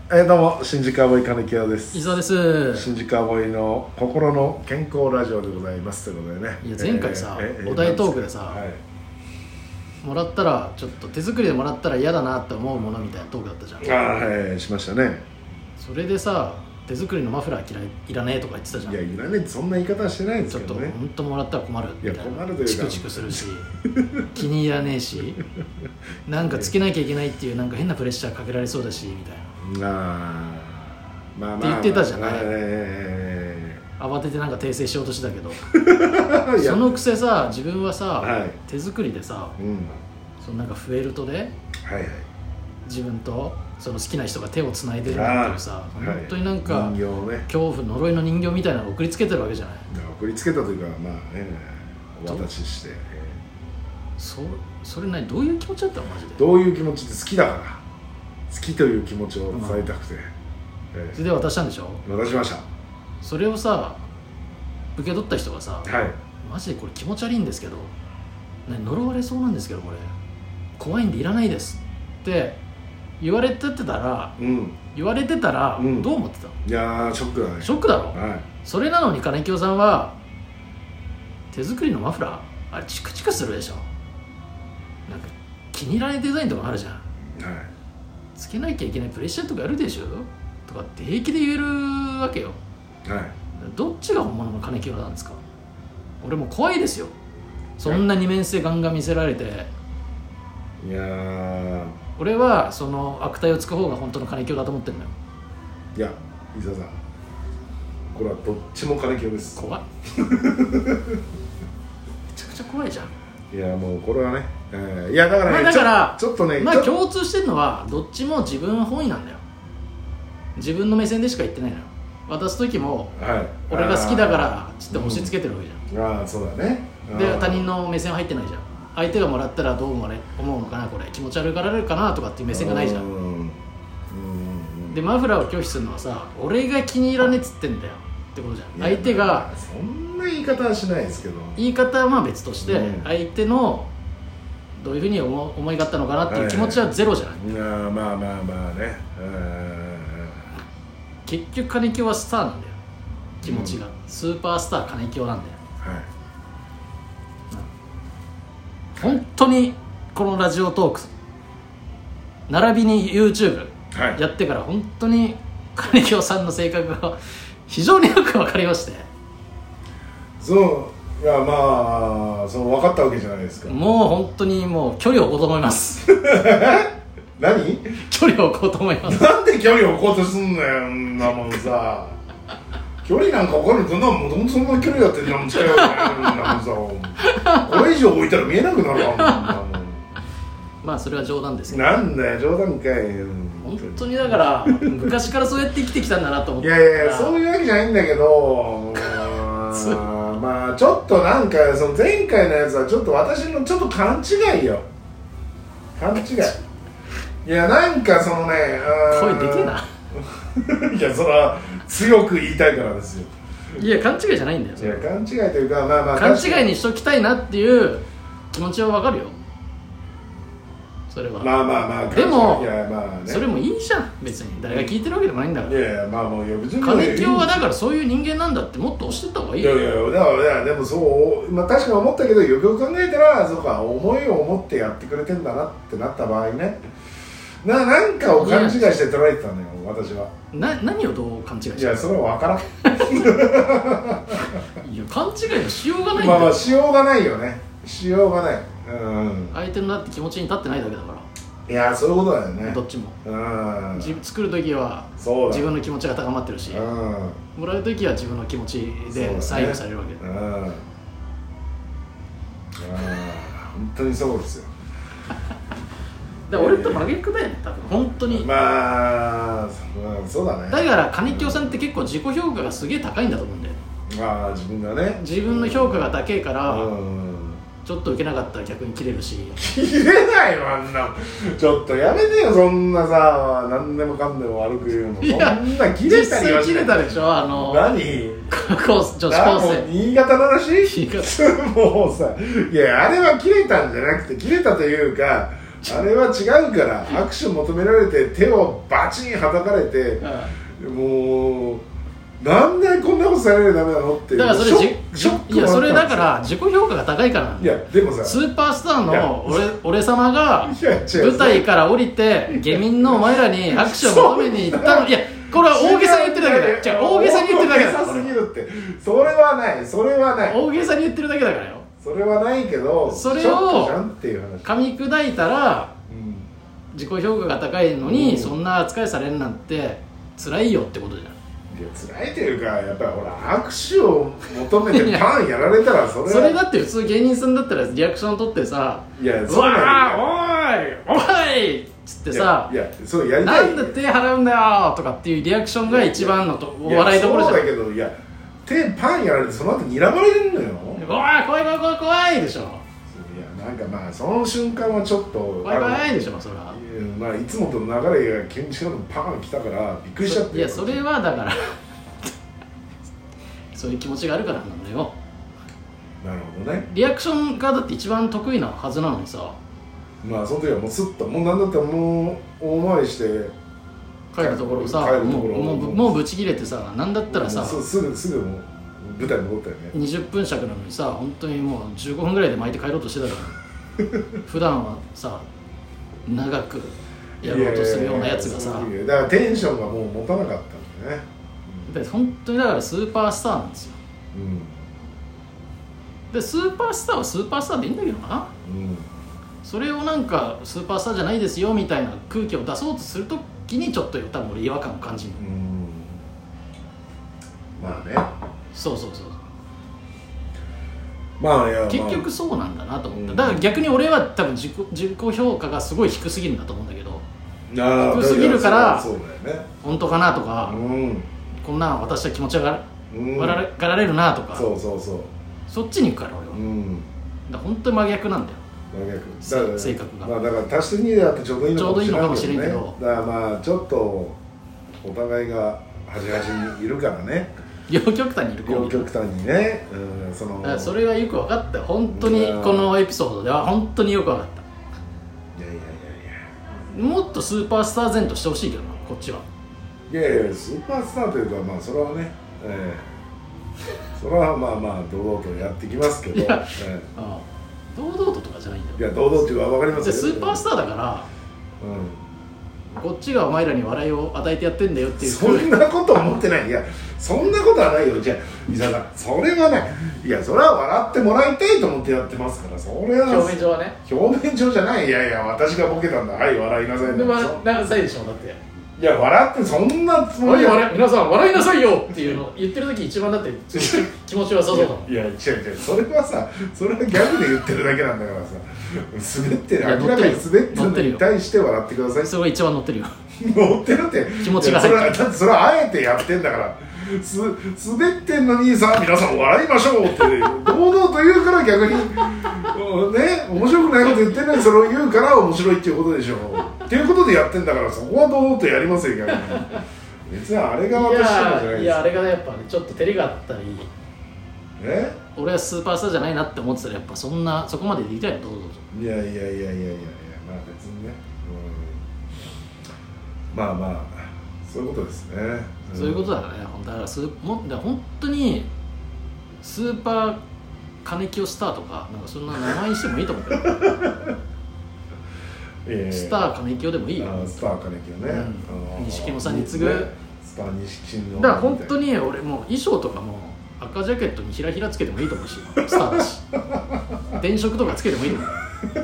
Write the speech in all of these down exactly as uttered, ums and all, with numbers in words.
えー、どうも新宿アボイ金木屋です。 伊沢です。 新宿アボイの心の健康ラジオでございますということでね。 いや前回さ、 えーえー、 お題トークでさ、 はい、 もらったらちょっと手作りでもらったら嫌だなって思うものみたいなトークだったじゃん。 ああはい、しましたね。 それでさ、手作りのマフラー嫌いいらねえとか言ってたじゃん。 いやいらねえってそんな言い方はしてないんですけどね。 ちょっと本当もらったら困るみたいな。 いや困るというかチクチクするし気に入らねえしなんかつけなきゃいけないっていうなんか変なプレッシャーかけられそうだしみたいな。 あまあまあ、 って言ってたじゃない、 えー、慌ててなんか訂正しようとしてたけどそのくせさ自分はさ、はい、手作りでさ、うん、そのなんかフェルトで、はいはい、自分とその好きな人が手をつないでるなんていうさ、本当になんか、はい、人形ね、恐怖呪いの人形みたいなのを送りつけてるわけじゃない。 送りつけたというかまあねお渡しして、 そ, それ何どういう気持ちだったのマジで。 どういう気持ちって好きだから好きという気持ちを伝えたくて、うんええ、それで渡したんでしょ。 渡しました。 それをさ受け取った人がさ、 はい、 マジでこれ気持ち悪いんですけど、ね、呪われそうなんですけどこれ怖いんでいらないですって言われてたら、うん、言われてたら、うん、どう思ってたの。 いやーショックだね。 ショックだろ、 はい、 それなのに金清さんは手作りのマフラーあれチクチクするでしょ。なんか気に入らないデザインとかあるじゃん、はい、つけなきゃいけないプレッシャーとかあるでしょとかって平気で言えるわけよ、はい、どっちが本物の金清なんですか。俺も怖いですよそんな二面性ガンガン見せられて。 いやー俺はその悪態をつく方が本当の金清だと思ってるのよ。 いや伊沢さんこれはどっちも金清です。 怖いめちゃくちゃ怖いじゃん。 いやもうこれはね、えー、いやだからね、 まあ、だからちょ、ちょっとねまあ共通してるのはどっちも自分本位なんだよ。自分の目線でしか言ってないのよ。渡す時も、はい、俺が好きだからつって押し付けてるわけじゃん、 うん、ああそうだね。 で他人の目線は入ってないじゃん。相手がもらったらどう思うのかなこれ気持ち悪がられるかなとかっていう目線がないじゃん。うんうんでマフラーを拒否するのはさ俺が気に入らねえっつってんだよってことじゃん。相手がそんな言い方はしないですけど言い方はまあ別として、うん、相手のどういうふうに 思, 思いがあったのかなっていう気持ちはゼロじゃない、 はいはい、いやまあまあまあね、 結局金清はスターなんだよ気持ちが、うん、スーパースター金清なんだよ、はい、うん、本当にこのラジオトーク並びに YouTube やってから本当に金清さんの性格が非常によく分かりまして。 そういやまあその分かったわけじゃないですか。 もう本当にもう距離を置こうと思います何距離を置こうと思います。 なんで距離を置こうとすんのよんなもんさ距離なんか分かるとなもともとそんな距離やってんじゃん近いわけないんなもんさこれ以上置いたら見えなくなるわんなもんまあそれは冗談ですけど。 なんだよ冗談かい。 本当にだから昔からそうやって生きてきたんだなと思って。 いやいやいやそういうわけじゃないんだけどまあちょっとなんかその前回のやつはちょっと私のちょっと勘違いよ勘違い。いやなんかそのね声でけえないやそれは強く言いたいからですよ。 いや勘違いじゃないんだよ。 いや勘違いというかまあまあ勘違いにしときたいなっていう気持ちはわかるよそれは。 まあまあまあでも、 いやまあね、 それもいいじゃん別に誰が聞いてるわけでもないんだから。 いやいやまあもういや別に金清はだからそういう人間なんだってもっと押してった方がいいよ。 いやいやだからいやでもそう、まあ、確かに思ったけどよくよく考えたらそうか思いを持ってやってくれてんだなってなった場合ねななんかを勘違いして捉えてたのよ私は。 な何をどう勘違いしてたの。 いやそれは分からんいや勘違いのしようがないんだよ。 まあまあしようがないよねしようがない、うん、 相手のだって気持ちに立ってないだけだから。 いやそういうことだよねどっちも、 うん、 作るときは自分の気持ちが高まってるし、うん、もらうときは自分の気持ちで左右されるわけ、ね、うん、うん、本当にそうですよだから俺と真逆だよね多分本当に。 まあそうだね。 だから金清さんって結構自己評価がすげえ高いんだと思うんだよ。 まあ自分がね自分の評価が高いから、うん、ちょっと受けなかったら逆に切れるし。 切れないよあんなちょっとやめてよそんなさ何でもかんでも悪く言うの。そんな切れたりはしない。 実際切れたでしょあの何女子高生新潟の話もうさいやあれは切れたんじゃなくて切れたというかあれは違うから握手求められて手をバチンはたかれて、うん、もうなんでこんなことされるダメなのっていう。 だからそれじショックいやそれだから自己評価が高いからなんだ。 いやでもさスーパースターの 俺, 俺様が舞台から降りて下民のお前らに握手を求めに行ったの。いやこれは大げさに言ってるだけだよ。じゃ大げさに言ってるだけだよ。 大げさすぎるって。それはないそれはない大げさに言ってるだけだからよ。 それはないけどそれを噛み砕いたら、うん、自己評価が高いのに、うん、そんな扱いされるなんて辛いよってことじゃん。 いや辛いというかやっぱりほら握手を求めてパンやられたらそれはそれだって普通芸人さんだったらリアクション取ってさ「 いやうわーおいおい!」っつってさ「 いやいやそうやりたいなんで手払うんだよ!」とかっていうリアクションが一番のとお笑いどころじゃん。 そうだけどいや手パンやられてその後睨まれるのよ。 おい怖い怖い怖い怖いでしょ。いやなんかまあその瞬間はちょっと怖い怖いでしょそれは。 いや、まあ、いつもと流れが急に違うのパン来たからびっくりしちゃって。 いやそれはだからそういう気持ちがあるからなんだよ。 なるほどね。 リアクションがだって一番得意なはずなのにさ。 まあその時はもうスッともうなんだったらもう大回りして帰るところさもうもうもうブチ切れてさなんだったらさすぐすぐもう舞台に戻ったよね。 にじゅっぷん尺なのにさ本当にもうじゅうごふんぐらいで巻いて帰ろうとしてたから普段はさ長くやろうとするようなやつがさだからテンションがもう持たなかったんだよね。 で本当にだからスーパースターなんですよ、うん、でスーパースターはスーパースターでいいんだけどな、うん、それをなんかスーパースターじゃないですよみたいな空気を出そうとするときにちょっと多分俺違和感を感じる、うん、 まあねそうそうそうまあいや結局そうなんだなと思った、うん、だから逆に俺は多分自己、自己評価がすごい低すぎるんだと思うんだけど低すぎるからそうだよね本当かなとか、うんこんなん私は気持ちがらがられるなとか、 そうそうそうそっちに行くから俺は、うん、だから本当に真逆なんだよ真逆性格が、 まあ、だから足してにであってちょうどいいのかもしれないけど、ね、 ちょうどいいのかもしれんけどだからまあちょっとお互いが端々にいるからね両極端にいる両極端にね、うん、そのだからそれはよく分かった本当にこのエピソードでは本当によく分かった。いやいやいやいやもっとスーパースター前としてほしいけどなこっちは。 いやいやスーパースターというかまあそれはね、えー、それはまあまあ堂々とやってきますけど、えー、 ああ堂々ととかじゃないんだよ。 いや堂々っていうのは分かりますよ。 スーパースターだから、うん、こっちがお前らに笑いを与えてやってんだよっていう。 そんなこと思ってない。いやそんなことはないよ。じゃあ伊沢さんそれはない。いやそれは笑ってもらいたいと思ってやってますからそれは表面上はね表面上じゃない。いやいや私がボケたんだはい笑いなさい。 でも笑いなさいでしょだって。 いや笑ってそんなつもりは皆さん笑いなさいよっていうの言ってる時一番だって気持ちよさそうだもん。 いや違う違うそれはさそれはギャグで言ってるだけなんだからさ滑ってる明らかに滑ってるのに対して笑ってください。 それが一番乗ってるよ乗ってるって気持ちが入ってる。 だってそれはあえてやってんだからす滑ってんのにさ皆さん笑いましょうって堂々と言うから逆にね面白くないこと言ってんのにそれを言うから面白いっていうことでしょっていうことでやってんだからそこは堂々とやりますよ逆に。別にあれが私とかじゃないです。 いやあれがねやっぱねちょっと照れがあったりえ俺はスーパースターじゃないなって思ってたらやっぱそんなそこまでできたよ堂々と。 いやいやいやいやいやいやまあ別にね、うん、まあまあそういうことですね、 うん、そういうことだからねだからスもだから本当にスーパー金清スターとかなんかそんな名前にしてもいいと思うけどえー、スター金清でもいいよ。 スター金清ね錦野さんに次ぐ、 ね、スター錦野だから本当に俺もう衣装とかも赤ジャケットにひらひらつけてもいいと思うしスターだし電飾とかつけてもいいと思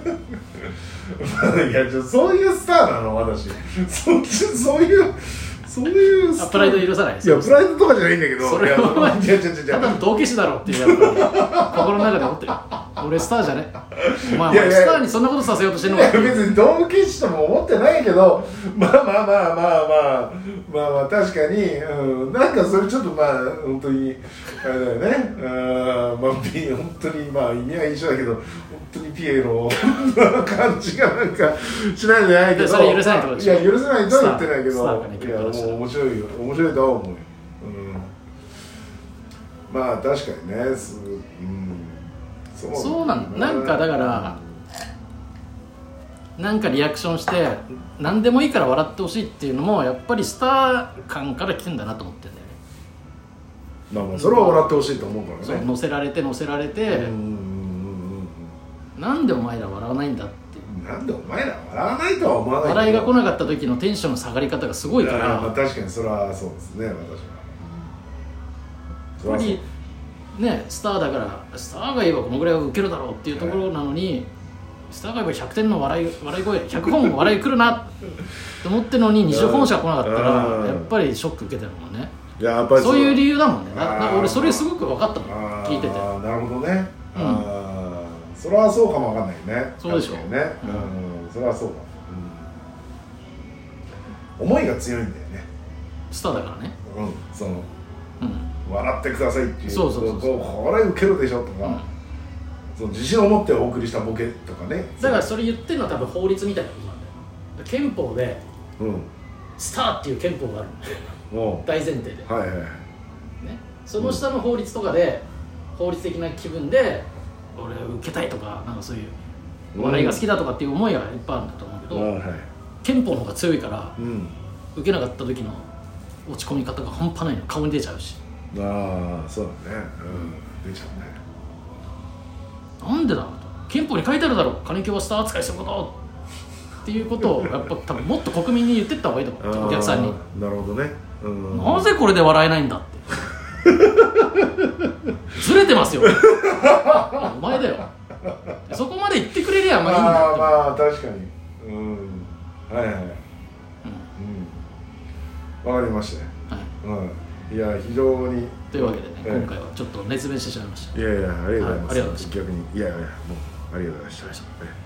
ういやそういうスターなの私そっちそういうそういうあプライド許さないです。 いやプライドとかじゃないんだけどそれはただの道化師だろっていうやっぱ心の中で思ってる俺スターじゃねお前はスターにそんなことさせようとしてるのか。 別に道化師とも思ってないけどまあまあまあまあまあまあまあ確かに、うん、なんかそれちょっとまあ本当にあれだよねあまあ本当にまあ意味は一緒だけど本当にピエロな感じがなんかしないじゃないけどそれ許せないところでしょ。 いや許せないとは言ってないけどいやもう面白いよ面白いとは思うよ、うん、まあ確かにねす、うん、 そう、 そうなんなんかだからなんかリアクションして何でもいいから笑ってほしいっていうのもやっぱりスター感から来てんだなと思ってんだよね。 まあまあそれは笑ってほしいと思うからね。 そう乗せられて乗せられて、うんうんうんうん、なんでお前ら笑わないんだって、 なんでお前ら笑わないとは思わないけど、 笑いが来なかった時のテンションの下がり方がすごいから、 まあ、確かにそれはそうですね。私はやっぱりね、スターだからスターが言えばこのぐらいはウケるだろうっていうところなのに、はい、スターが言えばひゃくてんの笑い、笑い声ひゃくほん笑い来るなと思ってるのににじゅっぽんしか来なかったらやっぱりショック受けてるもんね。 いややっぱり そ, そういう理由だもんね。な俺それすごく分かったもん、聞いてて。 あなるほどね、うん、あそれはそうかも分かんないね。 そうでしょうね、 うんうん、それはそうか、うん、思いが強いんだよね、 スターだからね。 うんその、 うん、 笑ってくださいっていう、 そうそうそうそう、 これウケるでしょとか、うん、その自信を持ってお送りしたボケとかね。 だからそれ言ってるのは多分法律みたいなことなんだよ。憲法で、うん、スターっていう憲法があるんだよ、大前提で、 はいはいね、 その下の法律とかで、うん、法律的な気分で俺受けたいとか、なんかそういう笑いが好きだとかっていう思いがいっぱいあるんだと思うけど、うんはい、憲法の方が強いから、うん、受けなかった時の落ち込み方が半端ないの、顔に出ちゃうし。 ああそうだね、うん、出ちゃうね。 なんでだろうと、憲法に書いてあるだろう、金清はスター扱いすることっていうことをやっぱ多分もっと国民に言ってった方がいいと思う、お客さんに。 なるほどね、うん、 なぜこれで笑えないんだってずれてますよお前だよ、そこまで言ってくれりゃまあいいんだよ。 まあまあ確かに、うんはいはい、うんうん、わかりましたね、はい、うん、いや非常にというわけでね、えー、今回はちょっと熱弁してしまいました。 いやいやありがとうございます、 はい、ありがとうございました。 逆にいやいやもうありがとうございました。